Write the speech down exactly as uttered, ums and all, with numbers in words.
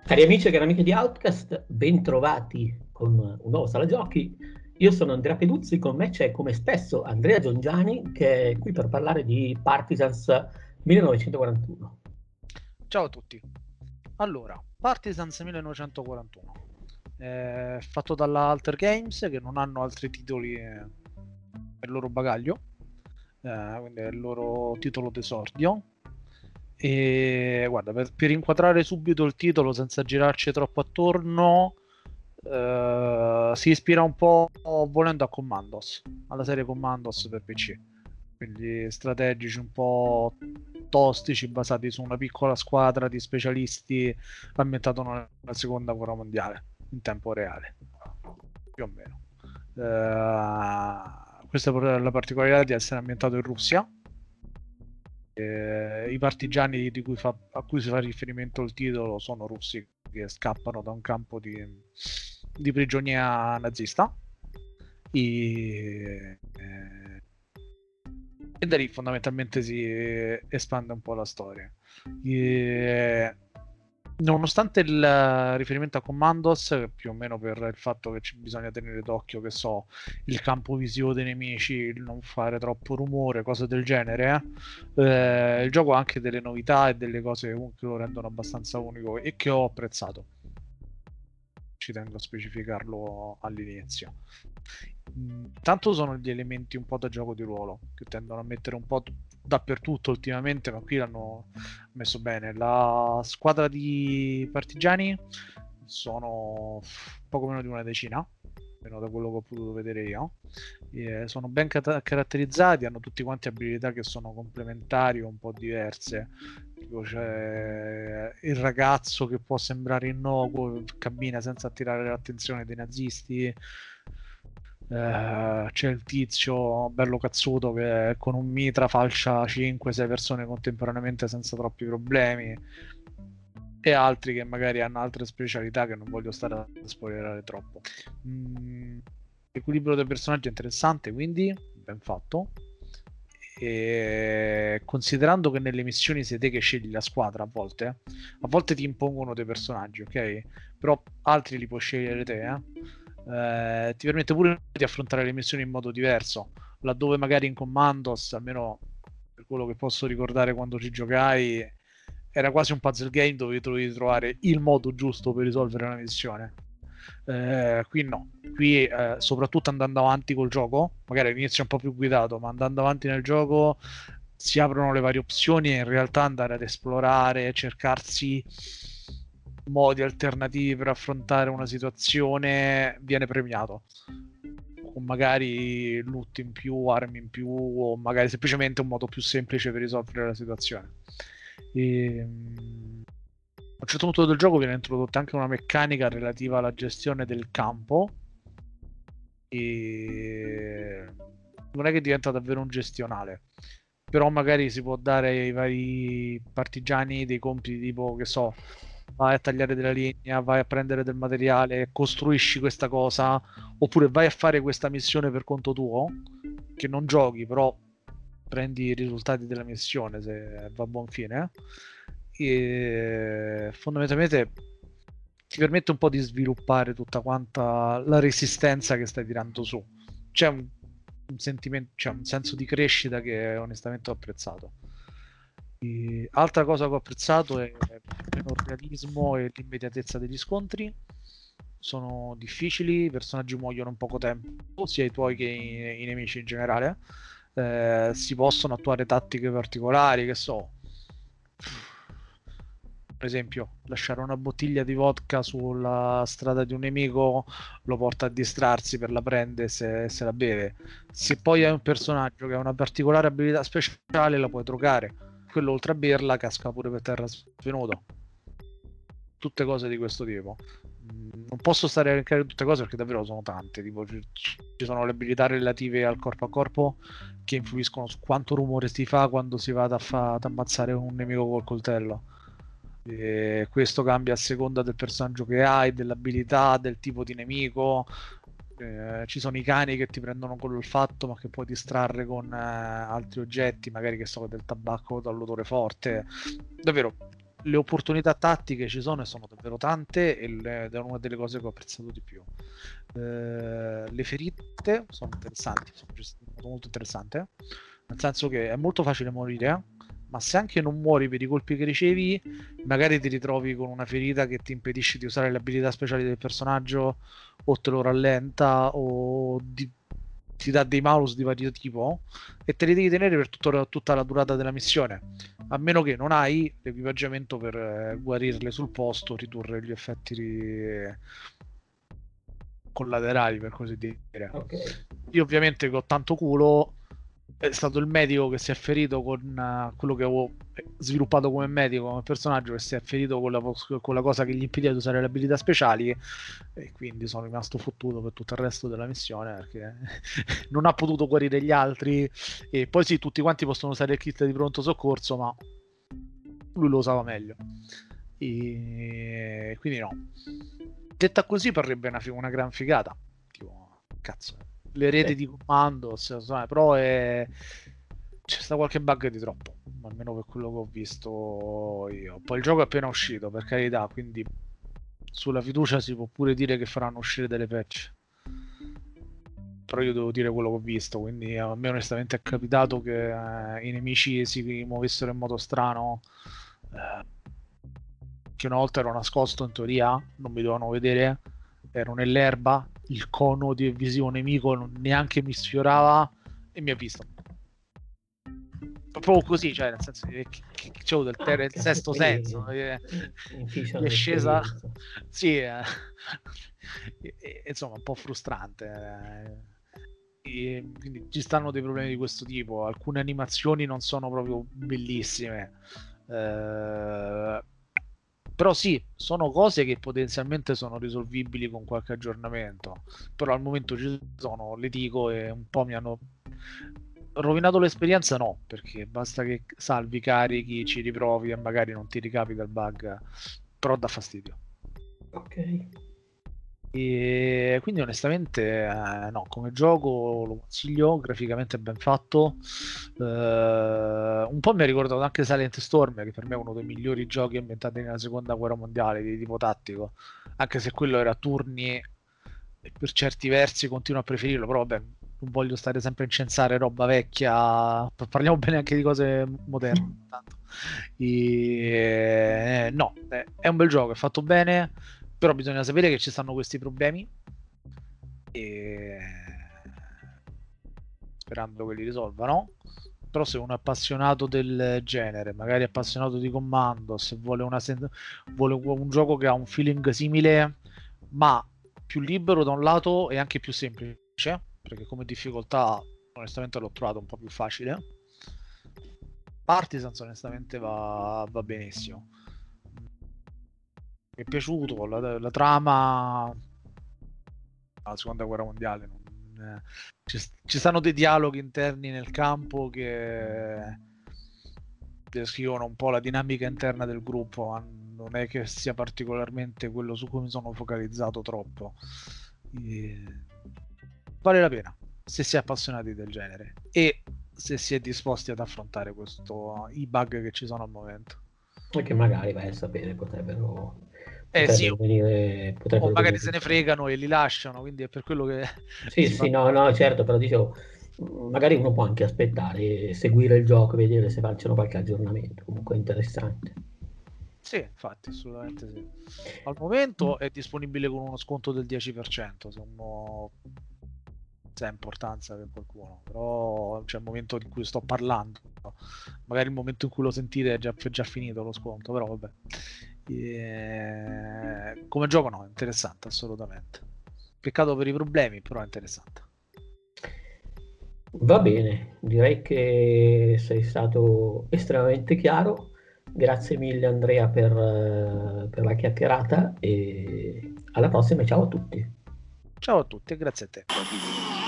Cari amici e cari amiche di Outcast, bentrovati con un nuovo Sala Giochi. Io sono Andrea Peduzzi, con me c'è come spesso Andrea Giongiani, che è qui per parlare di Partisans millenovecentoquarantuno. Ciao a tutti. Allora, Partisans millenovecentoquarantuno è fatto dalla Alter Games, che non hanno altri titoli eh, per il loro bagaglio, eh, quindi è il loro titolo d'esordio. E guarda, per, per inquadrare subito il titolo senza girarci troppo attorno, eh, si ispira un po', volendo, a Commandos, alla serie Commandos per P C, quindi strategici un po' tostici, basati su una piccola squadra di specialisti ambientato nella seconda guerra mondiale in tempo reale, più o meno. Uh, questa è la particolarità di essere ambientato in Russia. Eh, I partigiani di cui fa, a cui si fa riferimento il titolo sono russi che scappano da un campo di, di prigionia nazista. E, eh, e da lì fondamentalmente si espande un po' la storia. E, nonostante il riferimento a Commandos, più o meno per il fatto che bisogna tenere d'occhio, che so, il campo visivo dei nemici, il non fare troppo rumore, cose del genere, eh? Eh, il gioco ha anche delle novità e delle cose che lo rendono abbastanza unico e che ho apprezzato. Ci tengo a specificarlo all'inizio. Tanto sono gli elementi un po' da gioco di ruolo che tendono a mettere un po' dappertutto ultimamente, ma qui l'hanno messo bene. La squadra di partigiani sono poco meno di una decina, meno da quello che ho potuto vedere io. E sono ben cat- caratterizzati, hanno tutti quanti abilità che sono complementari o un po' diverse. Tipo c'è il ragazzo che può sembrare innocuo, cammina senza attirare l'attenzione dei nazisti. Uh, c'è il tizio bello cazzuto che con un mitra falcia cinque sei persone contemporaneamente senza troppi problemi, e altri che magari hanno altre specialità che non voglio stare a spoilerare troppo. Mm, l'equilibrio dei personaggi è interessante, quindi ben fatto. E considerando che nelle missioni sei te che scegli la squadra, a volte a volte ti impongono dei personaggi, ok? Però altri li puoi scegliere te, eh? Eh, ti permette pure di affrontare le missioni in modo diverso, laddove magari in Commandos, almeno per quello che posso ricordare quando ci giocai, era quasi un puzzle game dove dovevi trovare il modo giusto per risolvere una missione. Eh, qui no, qui eh, soprattutto andando avanti col gioco, magari all'inizio è un po' più guidato, ma andando avanti nel gioco si aprono le varie opzioni e in realtà andare ad esplorare, cercarsi modi alternativi per affrontare una situazione viene premiato, con magari loot in più, armi in più, o magari semplicemente un modo più semplice per risolvere la situazione. E, a un certo punto del gioco viene introdotta anche una meccanica relativa alla gestione del campo, e non è che diventa davvero un gestionale, però magari si può dare ai vari partigiani dei compiti tipo, che so, vai a tagliare della linea, vai a prendere del materiale, costruisci questa cosa, oppure vai a fare questa missione per conto tuo, che non giochi, però prendi i risultati della missione se va a buon fine. E fondamentalmente ti permette un po' di sviluppare tutta quanta la resistenza che stai tirando su. C'è un, un sentimento, c'è un senso di crescita che onestamente ho apprezzato. E altra cosa che ho apprezzato è il realismo e l'immediatezza degli scontri. Sono difficili, i personaggi muoiono in poco tempo, sia i tuoi che i, i nemici in generale. Eh, si possono attuare tattiche particolari, che so, per esempio, lasciare una bottiglia di vodka sulla strada di un nemico lo porta a distrarsi, per la prende se, se la beve. Se poi hai un personaggio che ha una particolare abilità speciale, la puoi drogare. Quello, oltre a berla, casca pure per terra svenuto. Tutte cose di questo tipo. Non posso stare a elencare tutte cose perché davvero sono tante. Tipo, ci, ci sono le abilità relative al corpo a corpo che influiscono su quanto rumore si fa quando si va ad, affa- ad ammazzare un nemico col coltello. E questo cambia a seconda del personaggio che hai, dell'abilità, del tipo di nemico. Eh, ci sono i cani che ti prendono con l'olfatto, ma che puoi distrarre con eh, altri oggetti, magari che so, del tabacco dall'odore forte. Davvero le opportunità tattiche ci sono e sono davvero tante, ed è una delle cose che ho apprezzato di più. Eh, le ferite sono interessanti, sono molto, molto interessanti, nel senso che è molto facile morire, ma se anche non muori per i colpi che ricevi, magari ti ritrovi con una ferita che ti impedisce di usare le abilità speciali del personaggio, o te lo rallenta, o di, ti dà dei malus di vario tipo, e te li devi tenere per tutto, tutta la durata della missione, a meno che non hai l'equipaggiamento per eh, guarirle sul posto, ridurre gli effetti ri... collaterali, per così dire. Okay. Io ovviamente che ho tanto culo, è stato il medico che si è ferito con uh, quello che avevo sviluppato come medico, come personaggio, che si è ferito con la, con la cosa che gli impediva di usare le abilità speciali, e quindi sono rimasto fottuto per tutto il resto della missione, perché non ha potuto guarire gli altri. E poi sì, tutti quanti possono usare il kit di pronto soccorso, ma lui lo usava meglio, e quindi no. Detta così parrebbe una, una gran figata, tipo, cazzo, le reti di comando, però è... c'è sta qualche bug di troppo, almeno per quello che ho visto io. Poi il gioco è appena uscito, per carità, quindi sulla fiducia si può pure dire che faranno uscire delle patch, però io devo dire quello che ho visto, quindi a me onestamente è capitato che eh, i nemici si muovessero in modo strano, eh, che una volta ero nascosto in teoria, non mi dovevano vedere, ero nell'erba, il cono di visivo nemico non neanche mi sfiorava e mi ha visto. Proprio così, cioè nel senso che, che, che c'ho del ter- il sesto senso, eh, mi è scesa, sì, eh, e, e, insomma un po' frustrante, eh. E quindi ci stanno dei problemi di questo tipo, alcune animazioni non sono proprio bellissime, eh, però sì, sono cose che potenzialmente sono risolvibili con qualche aggiornamento, però al momento ci sono, le dico, e un po' mi hanno rovinato l'esperienza, no, perché basta che salvi, carichi, ci riprovi e magari non ti ricapita il bug, però dà fastidio. Ok. E quindi onestamente eh, no, come gioco lo consiglio, graficamente ben fatto, eh, un po' mi ha ricordato anche Silent Storm, che per me è uno dei migliori giochi ambientati nella seconda guerra mondiale di tipo tattico, anche se quello era a turni e per certi versi continuo a preferirlo, però vabbè, non voglio stare sempre a incensare roba vecchia, parliamo bene anche di cose moderne. Tanto. E, eh, no, eh, è un bel gioco, è fatto bene, però bisogna sapere che ci stanno questi problemi e sperando che li risolvano. Però se uno è appassionato del genere, magari è appassionato di Commando, se vuole, una sen- vuole un gioco che ha un feeling simile ma più libero da un lato e anche più semplice, perché come difficoltà onestamente l'ho trovato un po' più facile, Partisans onestamente va, va benissimo. Mi è piaciuto la, la trama, la seconda guerra mondiale, non, eh, ci, ci stanno dei dialoghi interni nel campo che descrivono un po' la dinamica interna del gruppo, ma non è che sia particolarmente quello su cui mi sono focalizzato troppo. E... vale la pena se si è appassionati del genere e se si è disposti ad affrontare questo, i bug che ci sono al momento. E che magari, vai a sapere, potrebbero, Eh sì, potrebbero venire, o potrebbero magari venire se ne risolti. fregano e li lasciano, quindi è per quello che Sì, si sì, fanno. no, no, certo, però dicevo, mh, magari uno può anche aspettare, seguire il gioco, vedere se facciano qualche aggiornamento, comunque è interessante. Sì, infatti, assolutamente sì. Al momento è disponibile con uno sconto del dieci per cento, se uno se ha importanza per qualcuno, però c'è il momento in cui sto parlando, magari il momento in cui lo sentite è già, è già finito lo sconto, però vabbè. E... come gioco no, è interessante assolutamente. Peccato per i problemi, però è interessante. Va bene, direi che sei stato estremamente chiaro. Grazie mille Andrea per, eh, per la chiacchierata e alla prossima e ciao a tutti. Ciao a tutti e grazie a te.